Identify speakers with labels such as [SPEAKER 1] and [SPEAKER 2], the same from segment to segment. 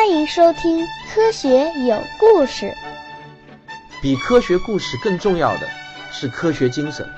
[SPEAKER 1] 欢迎收听科学有故事。
[SPEAKER 2] 比科学故事更重要的是科学精神。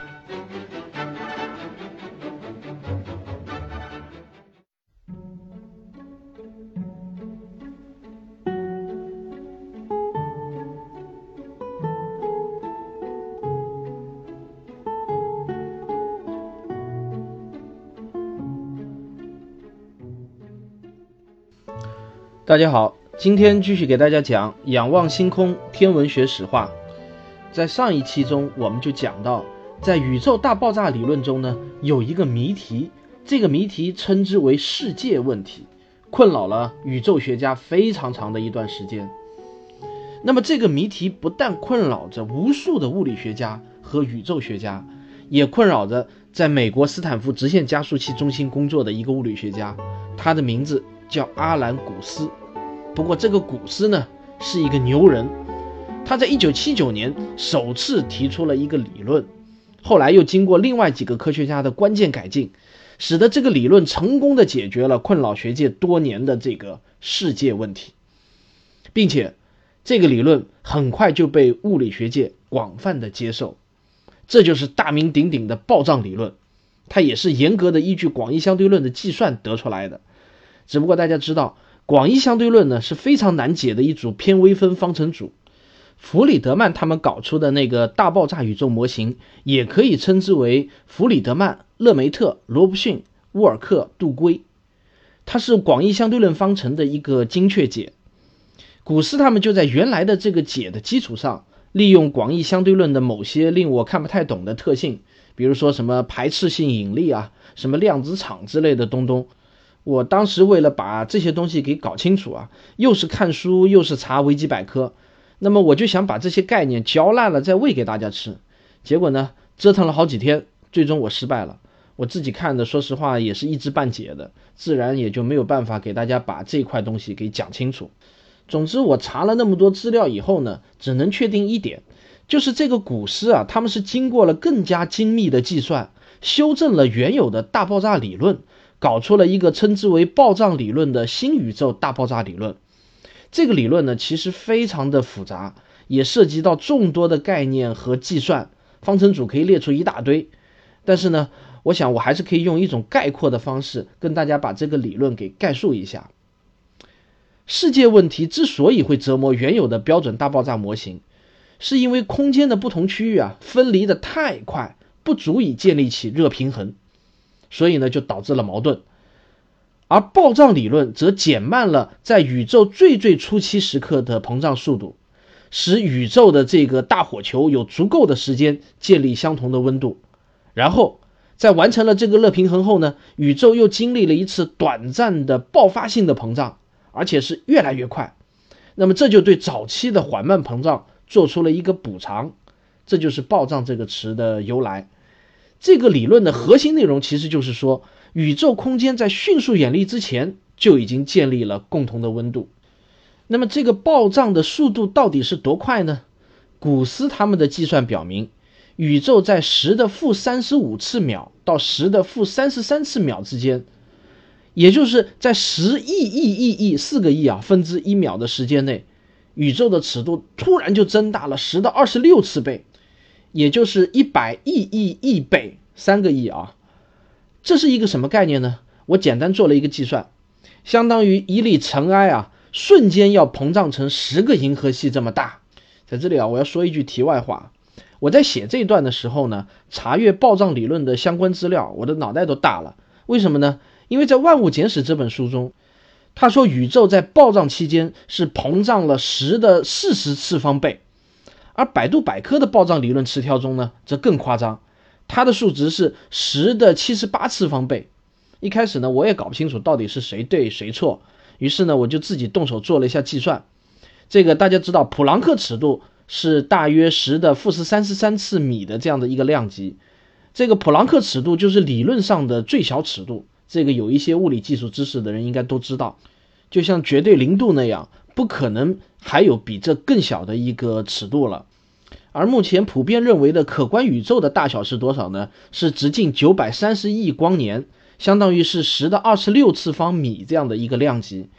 [SPEAKER 2] 大家好，今天继续给大家讲仰望星空天文学史话。在上一期中我们就讲到，在宇宙大爆炸理论中呢，有一个谜题，这个谜题称之为世界问题，困扰了宇宙学家非常长的一段时间。那么这个谜题不但困扰着无数的物理学家和宇宙学家，也困扰着在美国斯坦福直线加速器中心工作的一个物理学家，他的名字叫阿兰·古斯。不过这个古斯呢是一个牛人，他在1979年首次提出了一个理论，后来又经过另外几个科学家的关键改进，使得这个理论成功的解决了困扰学界多年的这个世界问题，并且这个理论很快就被物理学界广泛的接受。这就是大名鼎鼎的暴胀理论，它也是严格的依据广义相对论的计算得出来的。只不过大家知道，广义相对论呢是非常难解的一组偏微分方程组，弗里德曼他们搞出的那个大爆炸宇宙模型也可以称之为弗里德曼、勒梅特、罗布逊、沃尔克、杜圭，它是广义相对论方程的一个精确解。古斯他们就在原来的这个解的基础上，利用广义相对论的某些令我看不太懂的特性，比如说什么排斥性引力啊，什么量子场之类的东东。我当时为了把这些东西给搞清楚啊，又是看书又是查维基百科，那么我就想把这些概念嚼烂了再喂给大家吃。结果呢，折腾了好几天，最终我失败了。我自己看的说实话也是一知半解的，自然也就没有办法给大家把这块东西给讲清楚。总之我查了那么多资料以后呢，只能确定一点，就是这个古斯啊，他们是经过了更加精密的计算，修正了原有的大爆炸理论，搞出了一个称之为暴胀理论的新宇宙大爆炸理论。这个理论呢其实非常的复杂，也涉及到众多的概念和计算，方程组可以列出一大堆。但是呢，我想我还是可以用一种概括的方式跟大家把这个理论给概述一下。世界问题之所以会折磨原有的标准大爆炸模型，是因为空间的不同区域啊分离的太快，不足以建立起热平衡，所以呢就导致了矛盾。而暴胀理论则减慢了在宇宙最初期时刻的膨胀速度，使宇宙的这个大火球有足够的时间建立相同的温度，然后在完成了这个热平衡后呢，宇宙又经历了一次短暂的爆发性的膨胀，而且是越来越快。那么这就对早期的缓慢膨胀做出了一个补偿，这就是暴胀这个词的由来。这个理论的核心内容其实就是说，宇宙空间在迅速演力之前就已经建立了共同的温度。那么这个暴胀的速度到底是多快呢？古斯他们的计算表明，宇宙在10的负35次秒到10的负33次秒之间，也就是在10亿4个亿分之一秒的时间内，宇宙的尺度突然就增大了10的26次倍，也就是100亿倍，3个亿啊。这是一个什么概念呢？我简单做了一个计算，相当于一粒尘埃瞬间要膨胀成10个银河系这么大。在这里我要说一句题外话，我在写这一段的时候呢，查阅暴胀理论的相关资料，我的脑袋都大了。为什么呢？因为在《万物简史》这本书中，他说宇宙在暴胀期间是膨胀了10的40次方倍，而百度百科的暴胀理论词条中呢，则更夸张，它的数值是10的78次方倍。一开始呢，我也搞不清楚到底是谁对谁错，于是呢，我就自己动手做了一下计算。这个大家知道，普朗克尺度是大约10的负33次米的这样的一个量级。这个普朗克尺度就是理论上的最小尺度，这个有一些物理技术知识的人应该都知道，就像绝对零度那样，不可能还有比这更小的一个尺度了。而目前普遍认为的可观宇宙的大小是多少呢？是直径930亿光年，相当于是10的26次方米这样的一个量级。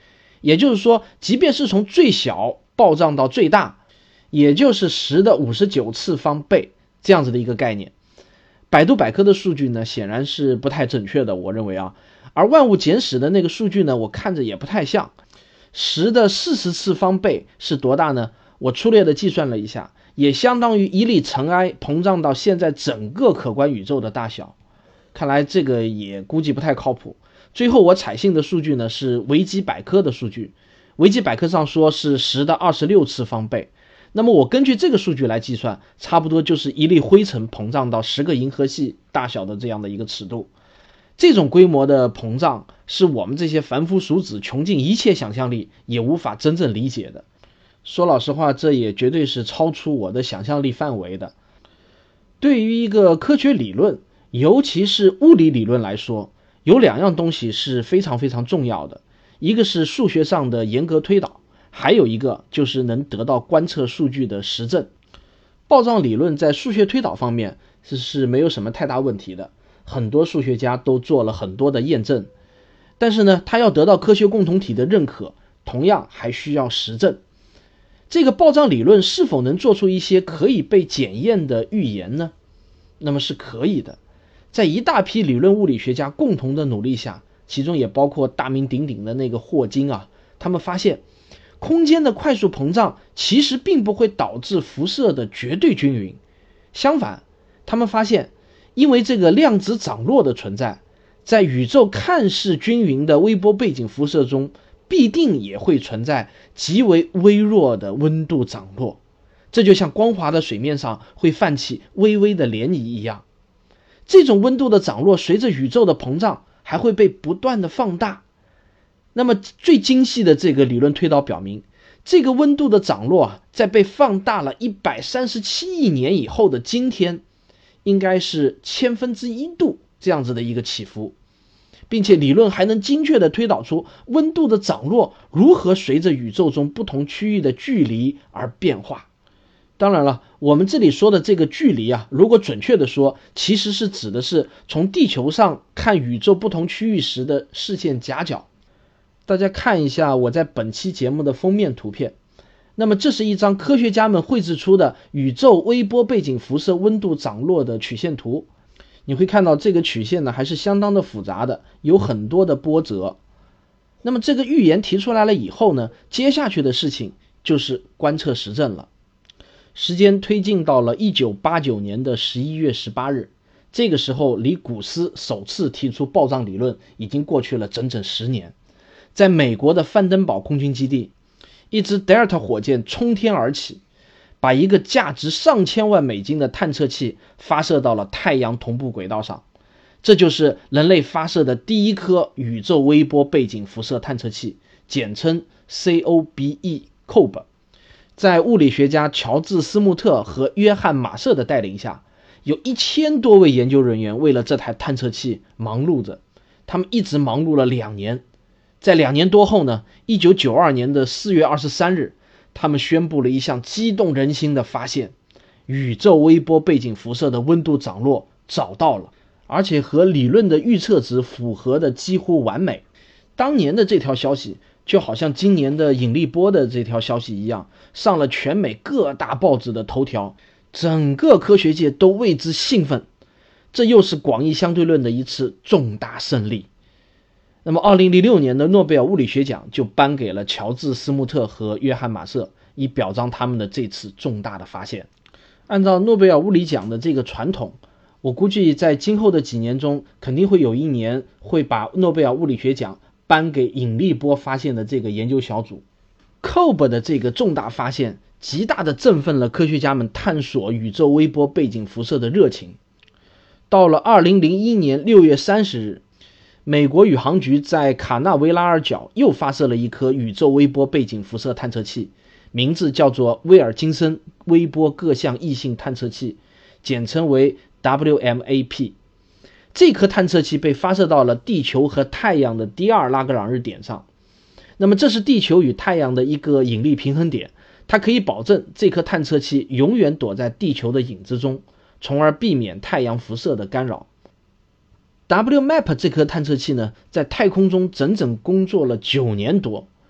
[SPEAKER 2] 也就是说，即便是从最小暴涨到最大，也就是10的59次方倍这样子的一个概念。百度百科的数据呢，显然是不太准确的，我认为啊。而万物简史的那个数据呢，我看着也不太像。10的40次方倍是多大呢？我粗略的计算了一下，也相当于一粒尘埃膨胀到现在整个可观宇宙的大小。看来这个也估计不太靠谱。最后我采信的数据呢，是维基百科的数据。维基百科上说是10的26次方倍。那么我根据这个数据来计算，差不多就是一粒灰尘膨胀到10个银河系大小的这样的一个尺度。这种规模的膨胀是我们这些凡夫俗子穷尽一切想象力也无法真正理解的。说老实话，这也绝对是超出我的想象力范围的。对于一个科学理论，尤其是物理理论来说，有2样东西是非常非常重要的，一个是数学上的严格推导，还有一个就是能得到观测数据的实证。暴胀理论在数学推导方面是没有什么太大问题的，很多数学家都做了很多的验证，但是呢，它要得到科学共同体的认可，同样还需要实证。这个暴胀理论是否能做出一些可以被检验的预言呢？那么是可以的。在一大批理论物理学家共同的努力下，其中也包括大名鼎鼎的那个霍金啊，他们发现空间的快速膨胀其实并不会导致辐射的绝对均匀。相反，他们发现因为这个量子涨落的存在，在宇宙看似均匀的微波背景辐射中，必定也会存在极为微弱的温度涨落，这就像光滑的水面上会泛起微微的涟漪一样。这种温度的涨落随着宇宙的膨胀还会被不断的放大。那么最精细的这个理论推导表明，这个温度的涨落在被放大了137亿年以后的今天，应该是1/1000度这样子的一个起伏，并且理论还能精确地推导出温度的涨落如何随着宇宙中不同区域的距离而变化。当然了，我们这里说的这个距离如果准确的说，其实是指的是从地球上看宇宙不同区域时的视线夹角。大家看一下我在本期节目的封面图片，那么这是一张科学家们绘制出的宇宙微波背景辐射温度涨落的曲线图。你会看到这个曲线呢还是相当的复杂的，有很多的波折。那么这个预言提出来了以后呢，接下去的事情就是观测实证了。时间推进到了1989年的11月18日，这个时候离古斯首次提出暴胀理论已经过去了整整10年。在美国的范登堡空军基地，一支 Delta 火箭冲天而起，把一个价值上千万美金的探测器发射到了太阳同步轨道上。这就是人类发射的第一颗宇宙微波背景辐射探测器，简称 COBE。在物理学家乔治·斯穆特和约翰·马瑟的带领下，有1000多位研究人员为了这台探测器忙碌着。他们一直忙碌了2年。在2年多后呢，1992年的4月23日，他们宣布了一项激动人心的发现：宇宙微波背景辐射的温度涨落找到了，而且和理论的预测值符合的几乎完美。当年的这条消息就好像今年的引力波的这条消息一样，上了全美各大报纸的头条，整个科学界都为之兴奋。这又是广义相对论的一次重大胜利。那么2006年的诺贝尔物理学奖就颁给了乔治·斯穆特和约翰·马瑟，以表彰他们的这次重大的发现。按照诺贝尔物理奖的这个传统，我估计在今后的几年中，肯定会有一年会把诺贝尔物理学奖颁给引力波发现的这个研究小组。COBE 的这个重大发现极大的振奋了科学家们探索宇宙微波背景辐射的热情。到了2001年6月30日，美国宇航局在卡纳维拉尔角又发射了一颗宇宙微波背景辐射探测器，名字叫做威尔金森微波各项异性探测器，简称为 WMAP。 这颗探测器被发射到了地球和太阳的第2拉格朗日点上。那么这是地球与太阳的一个引力平衡点，它可以保证这颗探测器永远躲在地球的影子中，从而避免太阳辐射的干扰。WMAP 这颗探测器呢，在太空中整整工作了9年多。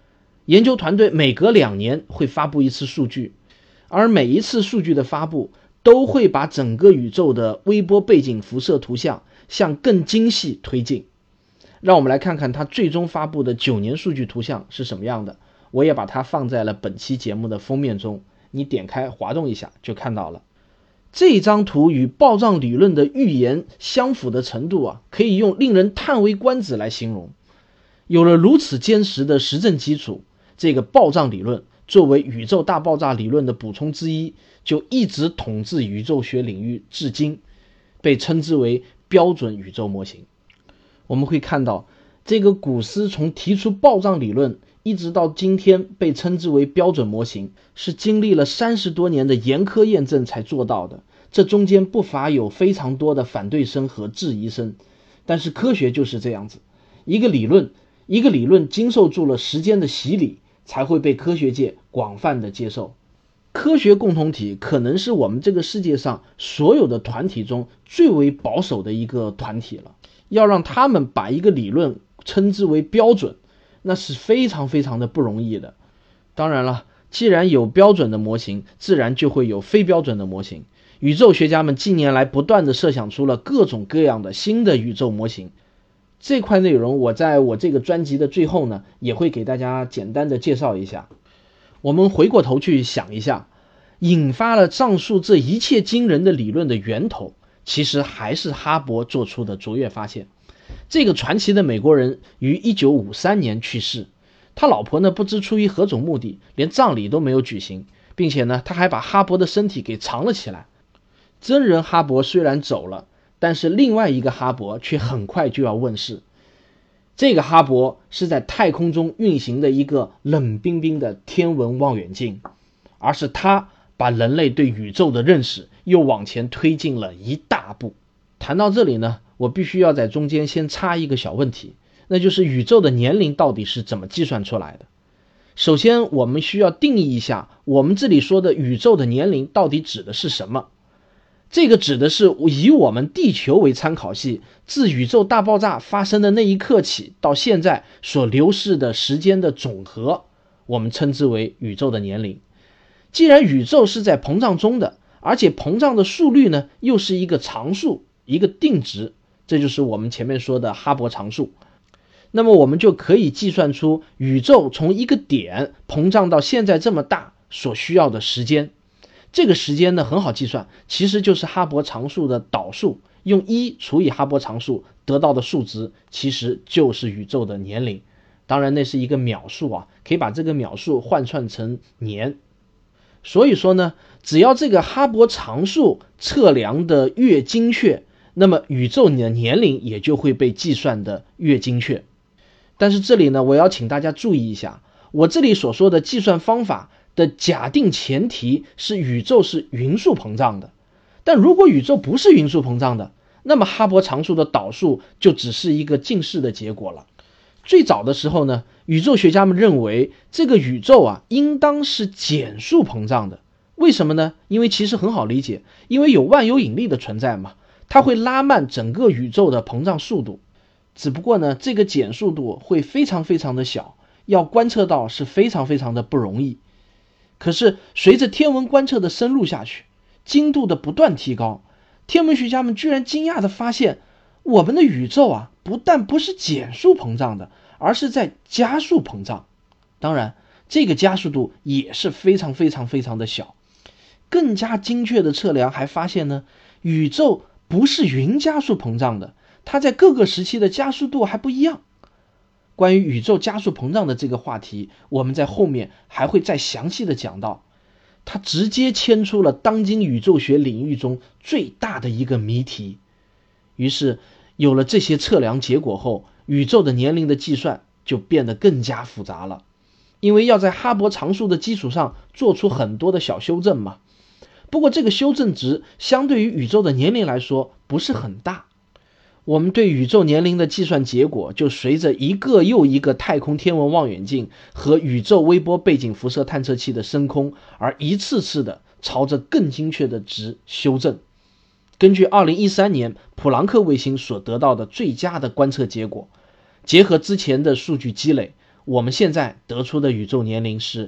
[SPEAKER 2] 研究团队每隔2年会发布一次数据，而每一次数据的发布都会把整个宇宙的微波背景辐射图像向更精细推进。让我们来看看它最终发布的9年数据图像是什么样的，我也把它放在了本期节目的封面中，你点开滑动一下就看到了。这张图与暴胀理论的预言相符的程度可以用令人叹为观止来形容。有了如此坚实的实证基础，这个暴胀理论作为宇宙大爆炸理论的补充之一，就一直统治宇宙学领域至今，被称之为标准宇宙模型。我们会看到，这个古斯从提出暴胀理论一直到今天被称之为标准模型，是经历了30多年的严苛验证才做到的。这中间不乏有非常多的反对声和质疑声，但是科学就是这样子，一个理论经受住了时间的洗礼，才会被科学界广泛的接受。科学共同体可能是我们这个世界上所有的团体中最为保守的一个团体了。要让他们把一个理论称之为标准，那是非常非常的不容易的。当然了，既然有标准的模型，自然就会有非标准的模型。宇宙学家们近年来不断的设想出了各种各样的新的宇宙模型。这块内容我在我这个专辑的最后呢，也会给大家简单的介绍一下。我们回过头去想一下，引发了上述这一切惊人的理论的源头，其实还是哈勃做出的卓越发现。这个传奇的美国人于1953年去世，他老婆呢不知出于何种目的，连葬礼都没有举行，并且呢他还把哈勃的身体给藏了起来。真人哈勃虽然走了，但是另外一个哈勃却很快就要问世。这个哈勃是在太空中运行的一个冷冰冰的天文望远镜，而是他把人类对宇宙的认识又往前推进了一大步。谈到这里呢，我必须要在中间先插一个小问题，那就是宇宙的年龄到底是怎么计算出来的。首先我们需要定义一下，我们这里说的宇宙的年龄到底指的是什么。这个指的是以我们地球为参考系，自宇宙大爆炸发生的那一刻起到现在所流逝的时间的总和，我们称之为宇宙的年龄。既然宇宙是在膨胀中的，而且膨胀的速率呢又是一个常数，一个定值，这就是我们前面说的哈勃常数。那么我们就可以计算出宇宙从一个点膨胀到现在这么大所需要的时间。这个时间呢很好计算，其实就是哈勃常数的导数，用1除以哈勃常数得到的数值其实就是宇宙的年龄。当然那是一个秒数可以把这个秒数换算成年。所以说呢，只要这个哈勃常数测量的越精确，那么宇宙的年龄也就会被计算的越精确。但是这里呢，我要请大家注意一下，我这里所说的计算方法的假定前提是宇宙是匀速膨胀的。但如果宇宙不是匀速膨胀的，那么哈勃常数的导数就只是一个近似的结果了。最早的时候呢，宇宙学家们认为这个宇宙应当是减速膨胀的。为什么呢？因为其实很好理解，因为有万有引力的存在嘛，它会拉慢整个宇宙的膨胀速度。只不过呢，这个减速度会非常非常的小，要观测到是非常非常的不容易。可是随着天文观测的深入下去，精度的不断提高，天文学家们居然惊讶地发现，我们的宇宙不但不是减速膨胀的，而是在加速膨胀。当然这个加速度也是非常非常非常的小。更加精确的测量还发现呢，宇宙不是匀加速膨胀的，它在各个时期的加速度还不一样。关于宇宙加速膨胀的这个话题，我们在后面还会再详细的讲到。它直接牵出了当今宇宙学领域中最大的一个谜题。于是有了这些测量结果后，宇宙的年龄的计算就变得更加复杂了。因为要在哈勃常数的基础上做出很多的小修正嘛。不过这个修正值相对于宇宙的年龄来说不是很大。我们对宇宙年龄的计算结果就随着一个又一个太空天文望远镜和宇宙微波背景辐射探测器的升空而一次次的朝着更精确的值修正。根据2013年普朗克卫星所得到的最佳的观测结果，结合之前的数据积累， 我们现在得出的宇宙年龄是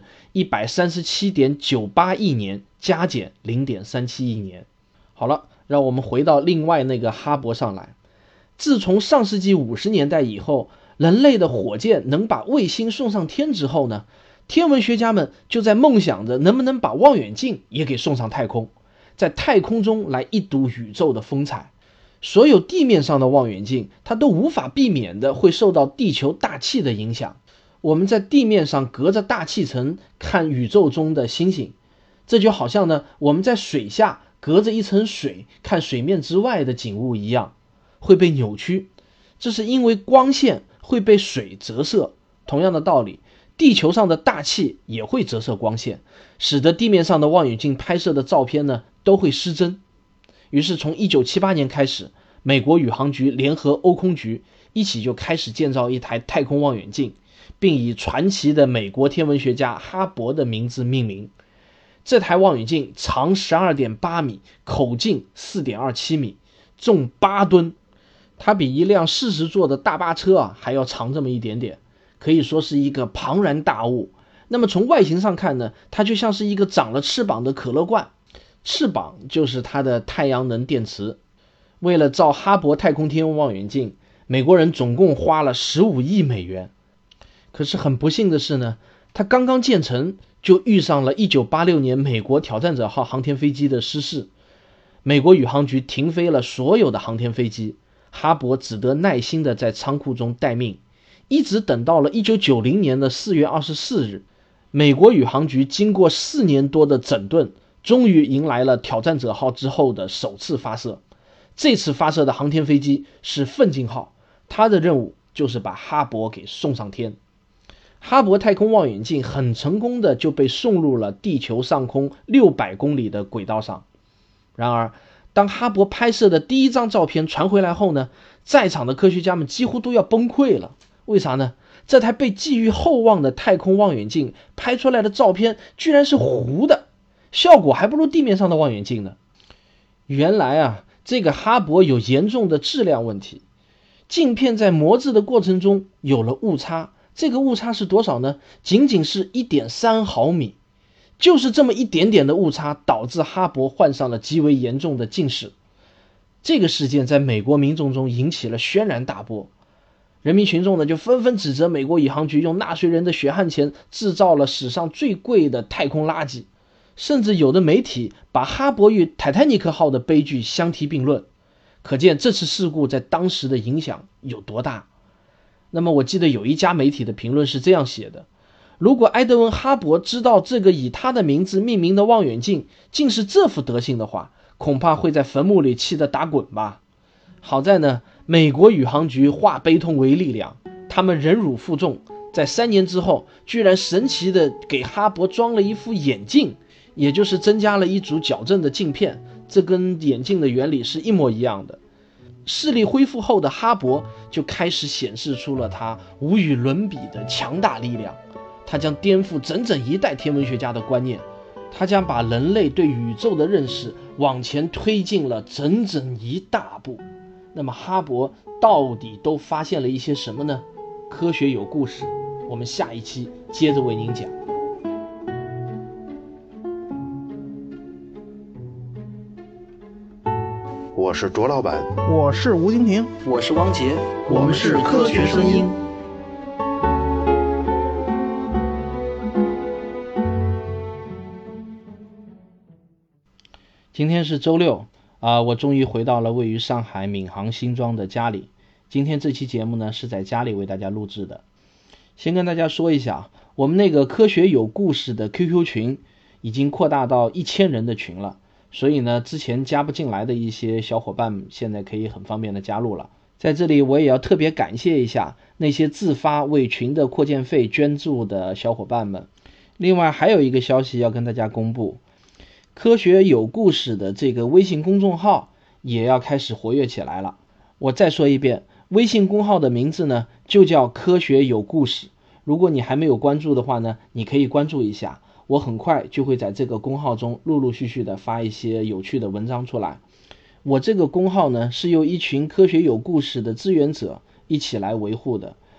[SPEAKER 2] 137.98 亿年加减 0.37 亿年。好了，让我们回到另外那个哈勃上来。自从上世纪50年代以后，人类的火箭能把卫星送上天之后呢，天文学家们就在梦想着能不能把望远镜也给送上太空，在太空中来一睹宇宙的风采。所有地面上的望远镜，它都无法避免的会受到地球大气的影响。我们在地面上隔着大气层看宇宙中的星星，这就好像呢我们在水下隔着一层水看水面之外的景物一样，会被扭曲。这是因为光线会被水折射。同样的道理，地球上的大气也会折射光线，使得地面上的望远镜拍摄的照片呢都会失真。于是从1978年开始，美国宇航局联合欧空局一起就开始建造一台太空望远镜，并以传奇的美国天文学家哈勃的名字命名。这台望远镜长 12.8 米，口径 4.27 米，重8吨，它比一辆40座的大巴车还要长这么一点点，可以说是一个庞然大物。那么从外形上看呢，它就像是一个长了翅膀的可乐罐，翅膀就是它的太阳能电池。为了造哈勃太空天文望远镜，美国人总共花了15亿美元。可是很不幸的是呢，它刚刚建成就遇上了1986年美国挑战者号航天飞机的失事。美国宇航局停飞了所有的航天飞机，哈勃只得耐心的在仓库中待命，一直等到了1990年的4月24日，美国宇航局经过4年多的整顿，终于迎来了挑战者号之后的首次发射。这次发射的航天飞机是奋进号，它的任务就是把哈勃给送上天。哈勃太空望远镜很成功的就被送入了地球上空600公里的轨道上。然而当哈勃拍摄的第一张照片传回来后呢，在场的科学家们几乎都要崩溃了。为啥呢？这台被寄予厚望的太空望远镜拍出来的照片居然是糊的，效果还不如地面上的望远镜呢。原来这个哈勃有严重的质量问题，镜片在磨制的过程中有了误差。这个误差是多少呢？仅仅是 1.3 毫米。就是这么一点点的误差，导致哈勃患上了极为严重的近视。这个事件在美国民众中引起了轩然大波，人民群众呢就纷纷指责美国宇航局用纳税人的血汗钱制造了史上最贵的太空垃圾，甚至有的媒体把哈勃与泰坦尼克号的悲剧相提并论，可见这次事故在当时的影响有多大。那么我记得有一家媒体的评论是这样写的：如果埃德温·哈勃知道这个以他的名字命名的望远镜竟是这副德行的话，恐怕会在坟墓里气得打滚吧。好在呢，美国宇航局化悲痛为力量，他们忍辱负重，在3年之后居然神奇的给哈勃装了一副眼镜，也就是增加了一组矫正的镜片，这跟眼镜的原理是一模一样的。视力恢复后的哈勃就开始显示出了它无与伦比的强大力量，它将颠覆整整一代天文学家的观念，它将把人类对宇宙的认识往前推进了整整一大步。那么哈勃到底都发现了一些什么呢？科学有故事，我们下一期接着为您讲。
[SPEAKER 3] 我是卓老板，
[SPEAKER 4] 我是吴京平，
[SPEAKER 2] 我是汪杰，
[SPEAKER 4] 我们是科学声音。
[SPEAKER 2] 今天是周六我终于回到了位于上海闵行新庄的家里。今天这期节目呢是在家里为大家录制的。先跟大家说一下，我们那个科学有故事的 QQ 群已经扩大到1000人的群了，所以呢之前加不进来的一些小伙伴现在可以很方便的加入了。在这里我也要特别感谢一下那些自发为群的扩建费捐助的小伙伴们。另外还有一个消息要跟大家公布，科学有故事的这个微信公众号也要开始活跃起来了。我再说一遍，微信公号的名字呢就叫科学有故事。如果你还没有关注的话呢，你可以关注一下，我很快就会在这个公号中陆陆续续的发一些有趣的文章出来。我这个公号呢是由一群科学有故事的志愿者一起来维护的，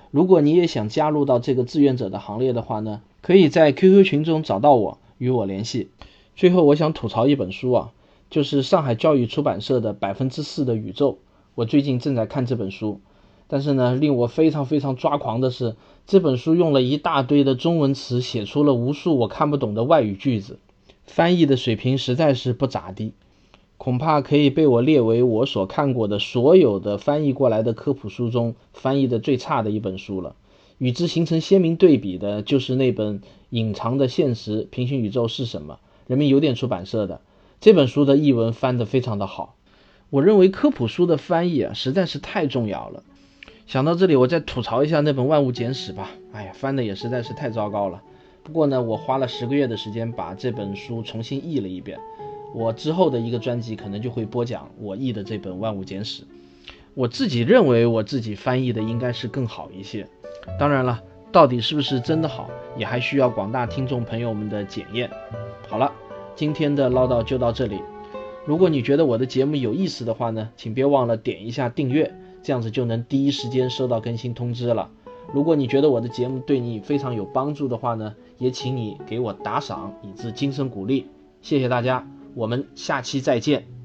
[SPEAKER 2] 如果你也想加入到这个志愿者的行列的话呢，可以在 QQ 群中找到我，与我联系。最后我想吐槽一本书啊，就是上海教育出版社的4%的宇宙。我最近正在看这本书，但是呢，令我非常非常抓狂的是，这本书用了一大堆的中文词，写出了无数我看不懂的外语句子，翻译的水平实在是不咋地，恐怕可以被我列为我所看过的所有的翻译过来的科普书中翻译的最差的一本书了。与之形成鲜明对比的就是那本《隐藏的现实：平行宇宙是什么》，人民邮电出版社的。这本书的译文翻得非常的好。我认为科普书的翻译实在是太重要了。想到这里，我再吐槽一下那本《万物简史》吧。翻的也实在是太糟糕了。不过呢，我花了10个月的时间把这本书重新译了一遍。我之后的一个专辑可能就会播讲我译的这本《万物简史》。我自己认为我自己翻译的应该是更好一些。当然了，到底是不是真的好，也还需要广大听众朋友们的检验。好了，今天的唠叨就到这里。如果你觉得我的节目有意思的话呢，请别忘了点一下订阅，这样子就能第一时间收到更新通知了。如果你觉得我的节目对你非常有帮助的话呢，也请你给我打赏，以资精神鼓励。谢谢大家，我们下期再见。